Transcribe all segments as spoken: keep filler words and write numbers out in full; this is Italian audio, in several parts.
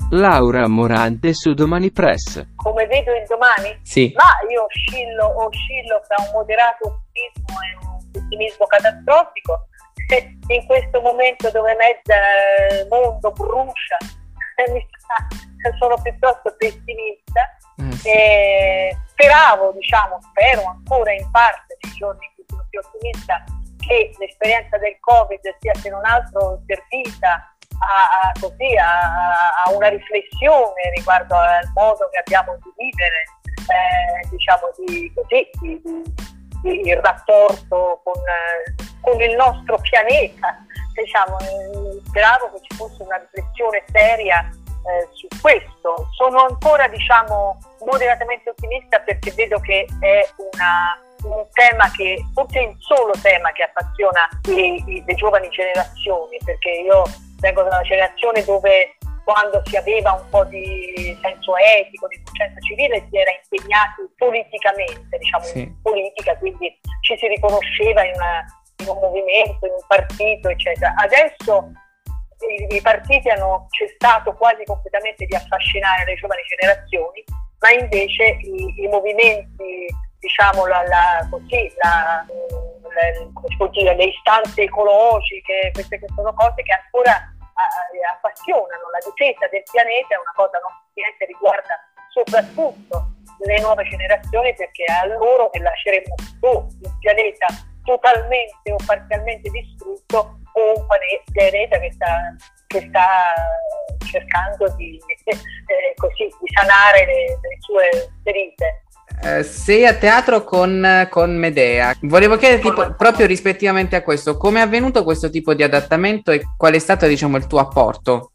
Laura Morante su Domani Press. Come vedo il domani? Sì. Ma io oscillo, oscillo tra un moderato ottimismo e un pessimismo catastrofico. In questo momento dove mezzo mondo brucia, mi sa, sono piuttosto pessimista. Mm, sì. E speravo, diciamo, spero ancora in parte nei giorni in cui sono più ottimista che l'esperienza del Covid sia se non altro servita a, a, così, a, a una riflessione riguardo al modo che abbiamo di vivere, eh, diciamo, di, così, di, di, di il rapporto con, con il nostro pianeta. Diciamo, speravo che ci fosse una riflessione seria eh, su questo. Sono ancora, diciamo, moderatamente ottimista perché vedo che è una un tema che, forse il solo tema che appassiona i, i, le giovani generazioni, perché io vengo da una generazione dove quando si aveva un po' di senso etico, di coscienza civile, si era impegnati politicamente, diciamo, Sì. in politica, quindi ci si riconosceva in, una, in un movimento, in un partito, eccetera. Adesso i, i partiti hanno cessato quasi completamente di affascinare le giovani generazioni, ma invece i, i movimenti, diciamo, la, la, così, la, la, come si può dire, le istanze ecologiche, queste che sono cose che ancora a, appassionano. La difesa del pianeta è una cosa non che riguarda soprattutto le nuove generazioni, perché è a loro che lasceremo o un pianeta totalmente o parzialmente distrutto o un pianeta che sta, che sta cercando di, eh, così, di sanare le, le sue ferite. Eh, sei a teatro con, con Medea. Volevo chiedere tipo, proprio rispettivamente a questo, come è avvenuto questo tipo di adattamento e qual è stato, diciamo, il tuo apporto?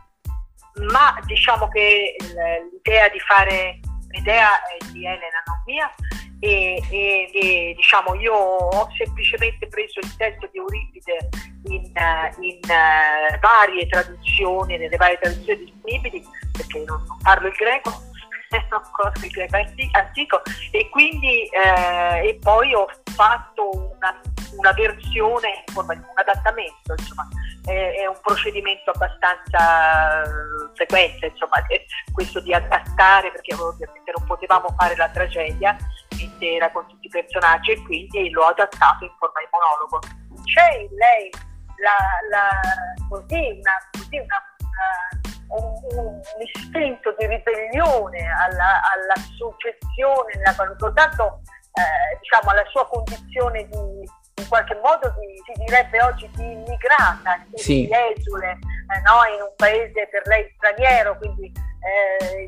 Ma diciamo che l'idea di fare Medea è di Elena, non mia, e, e, e diciamo io ho semplicemente preso il testo di Euripide in, in uh, varie traduzioni, nelle varie traduzioni disponibili, perché non, non parlo il greco, non conosco il greco antico, e quindi eh, e poi ho fatto una, una versione in forma di un adattamento, insomma. È, è un procedimento abbastanza frequente, insomma, questo di adattare, perché ovviamente non potevamo fare la tragedia intera con tutti i personaggi e quindi l'ho adattato in forma di monologo. C'è in lei la, la, così una, così una, una, un, un istinto di ribellione alla, alla soggezione, nella, soltanto eh, diciamo alla sua condizione di, in qualche modo di, si direbbe oggi, di immigrata, sì. di esule, eh, no? In un paese per lei straniero, quindi eh,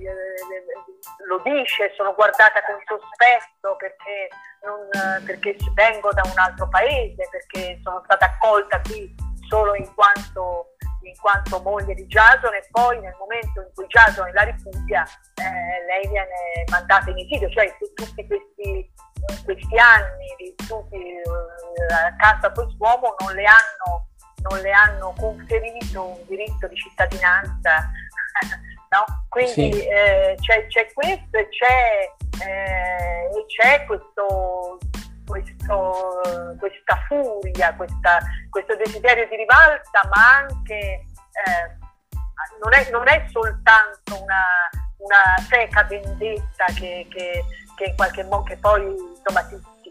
lo dice, sono guardata con sospetto perché, non, perché vengo da un altro paese, perché sono stata accolta qui solo in quanto, in quanto moglie di Giasone, e poi nel momento in cui Giasone la ripudia eh, lei viene mandata in esilio, cioè tutti questi questi anni vissuti eh, accanto a quest'uomo non le hanno non le hanno conferito un diritto di cittadinanza, no? Quindi sì. eh, c'è, c'è questo e c'è, eh, e c'è questo, questo questa furia, questa, questo desiderio di rivalsa, ma anche eh, non, è, non è soltanto una, una seca vendetta che, che che in qualche modo che poi insomma si, si,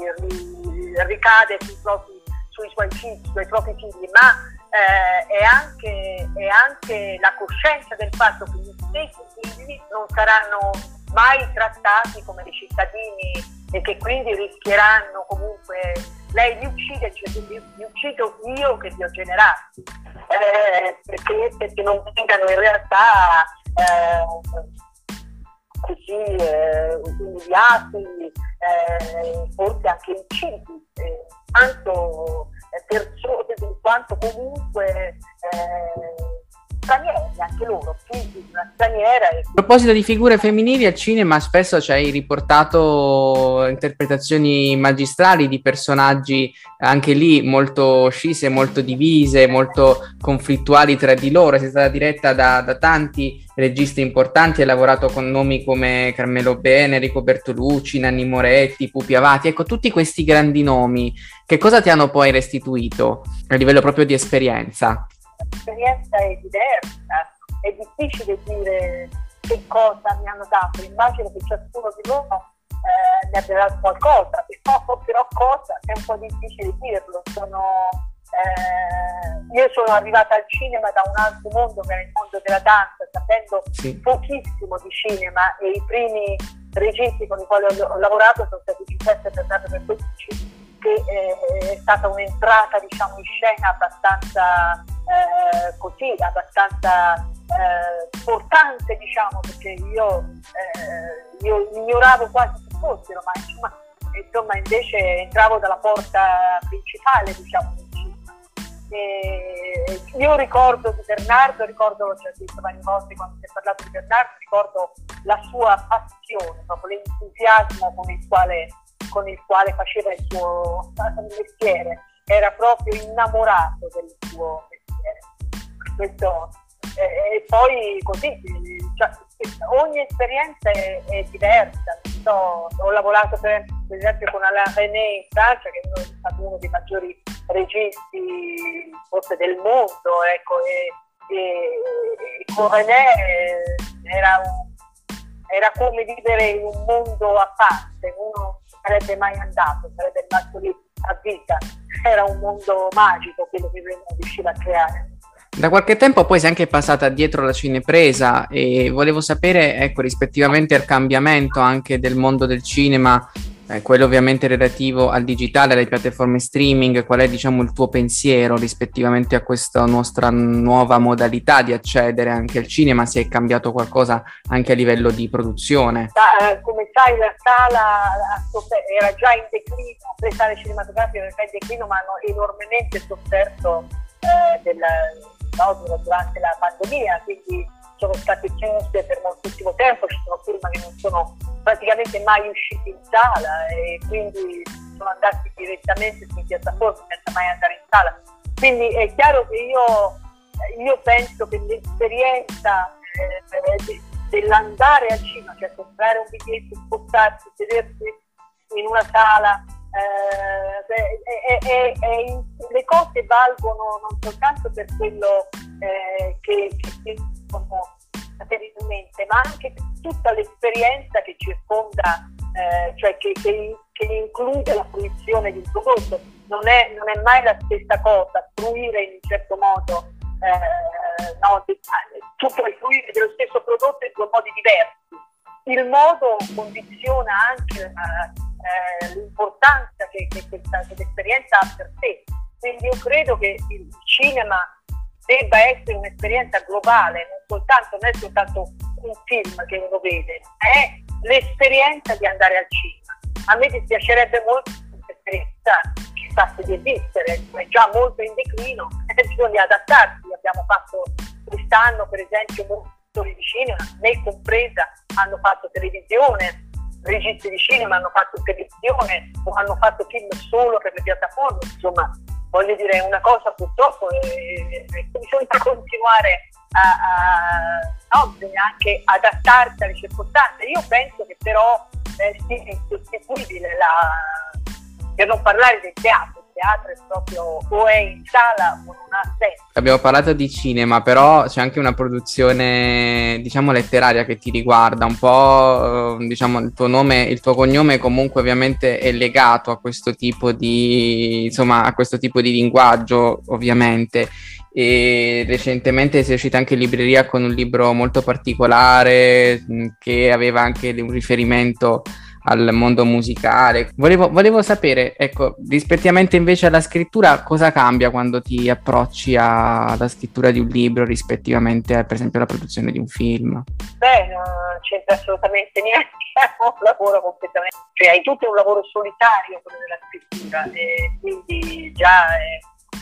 si ricade sui, propri, sui suoi figli, sui propri figli, ma eh, è, anche, è anche la coscienza del fatto che gli stessi figli non saranno mai trattati come dei cittadini e che quindi rischieranno comunque, lei li uccide, cioè li, li uccido io che li ho generati, eh, perché, perché non vengano in realtà eh, così eh, umiliati, eh, forse anche uccisi, eh, quanto eh, persone, quanto comunque eh, stranieri, anche loro, figli di una straniera. E... A proposito di figure femminili, al cinema spesso ci hai riportato interpretazioni magistrali di personaggi anche lì molto scise, molto divise, molto conflittuali tra di loro. Sei stata diretta da, da tanti registi importanti, hai lavorato con nomi come Carmelo Bene, Enrico Bertolucci, Nanni Moretti, Pupi Avati. Ecco, tutti questi grandi nomi, che cosa ti hanno poi restituito a livello proprio di esperienza? L'esperienza è diversa, è difficile dire che cosa mi hanno dato, immagino che ciascuno di loro eh, ne abbia dato qualcosa, però, però cosa è un po' difficile dirlo. Sono, eh, io sono arrivata al cinema da un altro mondo, che era il mondo della danza, sapendo sì. pochissimo di cinema, e i primi registi con i quali ho, ho lavorato sono stati Giuseppe Bernardo Bertolucci, che eh, è stata un'entrata, diciamo, in scena abbastanza eh, così, abbastanza eh, importante, diciamo, perché io, eh, io ignoravo quasi che fossero, ma insomma, insomma invece entravo dalla porta principale, diciamo, del cinema. E io ricordo di Bernardo, ricordo, l'ho già detto varie volte quando si è parlato di Bernardo, ricordo la sua passione, proprio l'entusiasmo con il quale con il quale faceva il suo mestiere, era proprio innamorato del suo mestiere. Questo, eh, e poi così, cioè, ogni esperienza è, è diversa. So, ho lavorato per, per esempio con Alain Resnais in Francia, che è stato uno dei maggiori registi forse del mondo, ecco, e, e, e con Resnais era, un, era come vivere in un mondo a parte. Uno sarebbe mai andato, sarebbe rimasto lì a vita. Era un mondo magico quello che lui riusciva a creare. Da qualche tempo poi sei anche passata dietro la cinepresa e volevo sapere, ecco, rispettivamente al cambiamento anche del mondo del cinema, eh, quello ovviamente relativo al digitale, alle piattaforme streaming, qual è, diciamo, il tuo pensiero rispettivamente a questa nostra nuova modalità di accedere anche al cinema, se è cambiato qualcosa anche a livello di produzione? Uh, come sai, la sala era già in declino, le sale cinematografiche erano già in declino, ma hanno enormemente sofferto eh, della, no, durante la pandemia, quindi sono state chiuse per moltissimo tempo, ci sono film che non sono praticamente mai usciti in sala e quindi sono andati direttamente sulle piattaforme senza mai andare in sala. Quindi è chiaro che io, io penso che l'esperienza eh, dell'andare al cinema, cioè comprare un biglietto, spostarsi, sedersi in una sala, eh, è, è, è, è, le cose valgono non soltanto per quello eh, che, che sono materialmente, ma anche per tutta l'esperienza che circonda, eh, cioè che, che, che include la fruizione di un prodotto. Non è, non è mai la stessa cosa fruire in un certo modo, eh, no, tu puoi fruire dello stesso prodotto in due modi diversi. Il modo condiziona anche eh, l'importanza che, che questa che l'esperienza ha per te. Quindi io credo che il cinema debba essere un'esperienza globale, non soltanto, non è soltanto un film che uno vede, è l'esperienza di andare al cinema. A me dispiacerebbe molto questa esperienza cessasse di esistere, è già molto in declino, bisogna adattarsi. Abbiamo fatto quest'anno, per esempio, molti di cinema, me compresa, hanno fatto televisione, registi di cinema hanno fatto televisione o hanno fatto film solo per le piattaforme, insomma. Voglio dire, una cosa purtroppo eh, bisogna continuare a, a no, bisogna anche adattarsi alle circostanze. Io penso che però eh, sia insostituibile la, per non parlare del teatro. Il teatro è proprio o è in sala o non ha senso. Abbiamo parlato di cinema, però c'è anche una produzione, diciamo, letteraria che ti riguarda un po', eh, diciamo, il tuo nome, il tuo cognome comunque ovviamente è legato a questo tipo di, insomma, a questo tipo di linguaggio, ovviamente. E recentemente sei uscita anche in libreria con un libro molto particolare mh, che aveva anche un riferimento al mondo musicale. Volevo, volevo sapere, ecco, rispettivamente invece alla scrittura, cosa cambia quando ti approcci alla scrittura di un libro rispettivamente a, per esempio, alla produzione di un film? Beh, non c'entra assolutamente niente, è un lavoro completamente, cioè hai tutto un lavoro solitario quello della scrittura e quindi già è,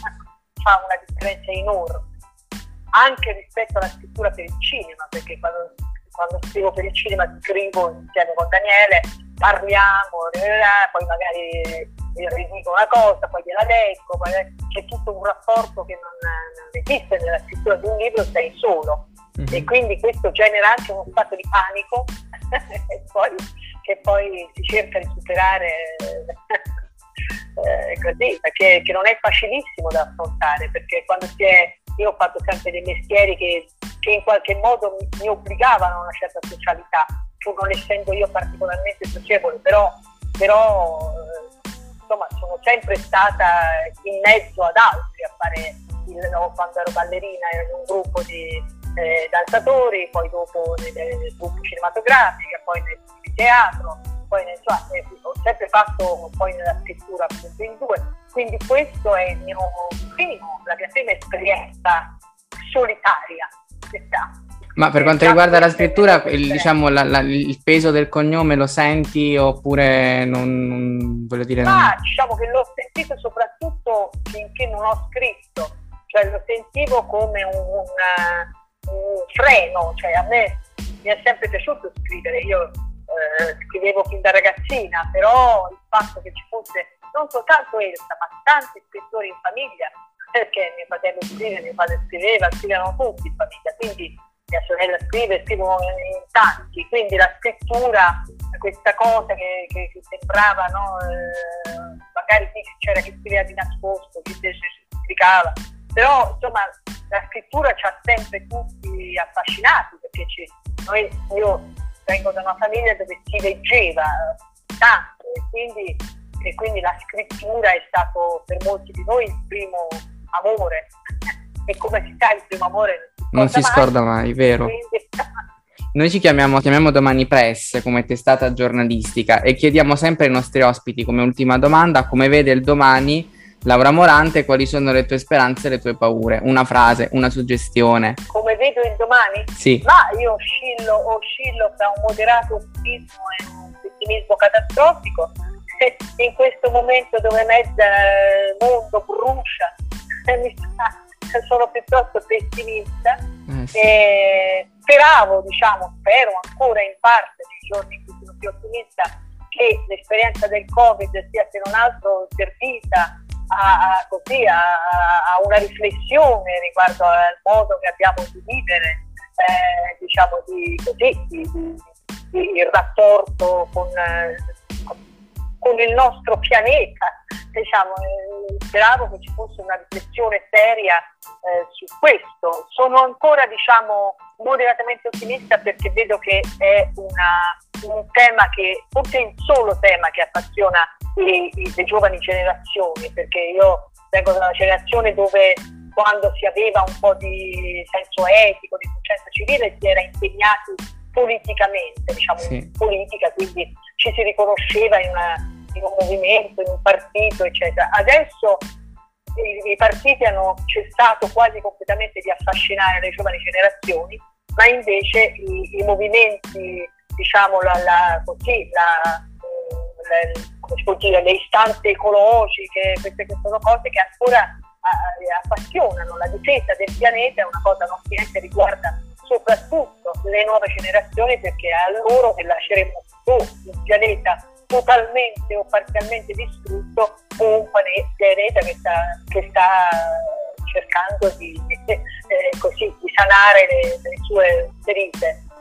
fa una differenza enorme anche rispetto alla scrittura per il cinema, perché quando, quando scrivo per il cinema scrivo insieme con Daniele, parliamo, poi magari ridico una cosa, poi gliela leggo, poi c'è tutto un rapporto che non, non esiste nella scrittura di un libro, sei solo. Mm-hmm. E quindi questo genera anche uno stato di panico e poi, che poi si cerca di superare eh, così, perché che non è facilissimo da affrontare, perché quando si è, io ho fatto sempre dei mestieri che che in qualche modo mi, mi obbligavano a una certa socialità, pur non essendo io particolarmente socievole, però, però eh, insomma sono sempre stata in mezzo ad altri a fare il, no, quando ero ballerina ero in un gruppo di eh, danzatori, poi dopo nel, nel gruppo cinematografico, poi nel, nel teatro, poi nel, cioè, eh, ho sempre fatto poi nella scrittura appunto in due, quindi questo è il mio primo, la mia prima esperienza solitaria. Ma per quanto riguarda la scrittura, il, diciamo, la, la, il peso del cognome lo senti oppure non, non voglio dire? Ma non... diciamo che l'ho sentito soprattutto finché non ho scritto, cioè lo sentivo come un, un, un freno, cioè a me mi è sempre piaciuto scrivere, io eh, scrivevo fin da ragazzina, però il fatto che ci fosse non soltanto Elsa, ma tanti scrittori in famiglia, perché mio fratello scrive, mio padre scriveva, scrivono tutti in famiglia, quindi mia sorella scrive, scrivono in tanti, quindi la scrittura, questa cosa che, che, che sembrava, no, eh, magari c'era chi scriveva di nascosto, chi invece si spiegava, però insomma la scrittura ci ha sempre tutti affascinati, perché ci, noi, io vengo da una famiglia dove si leggeva tanto e quindi, e quindi la scrittura è stato per molti di noi il primo amore, e come si sa il primo amore non si scorda mai, vero? Quindi... Noi ci chiamiamo, chiamiamo Domani Press come testata giornalistica e chiediamo sempre ai nostri ospiti come ultima domanda come vede il domani Laura Morante, quali sono le tue speranze e le tue paure? Una frase, una suggestione. Come vedo il domani? Sì. Ma io oscillo, oscillo tra un moderato ottimismo e un pessimismo catastrofico. In questo momento dove mezza mondo brucia, mi sa, sono piuttosto pessimista. Eh, sì. E speravo, diciamo, spero ancora in parte nei giorni in cui sono più ottimista che l'esperienza del Covid sia se non altro servita a, a, così, a, a una riflessione riguardo al modo che abbiamo di vivere, eh, diciamo, di, così, di, di, di, il rapporto con, eh, con il nostro pianeta. Diciamo, eh, speravo che ci fosse una riflessione seria eh, su questo. Sono ancora, diciamo, moderatamente ottimista perché vedo che è una, un tema che, forse è il solo tema che appassiona le, le giovani generazioni, perché io vengo da una generazione dove quando si aveva un po' di senso etico, di coscienza civile, si era impegnati politicamente, diciamo, sì. in politica, quindi ci si riconosceva in una in un movimento, in un partito, eccetera. Adesso i, i partiti hanno cessato quasi completamente di affascinare le giovani generazioni, ma invece i, i movimenti, diciamo, la, la, così, la, la, come si può dire, le istanze ecologiche, queste che sono cose che ancora eh, appassionano. La difesa del pianeta è una cosa non che riguarda soprattutto le nuove generazioni, perché è a loro che lasceremo o il pianeta totalmente o parzialmente distrutto o un pianeta che sta, che sta cercando di, eh, così, di sanare le, le sue ferite.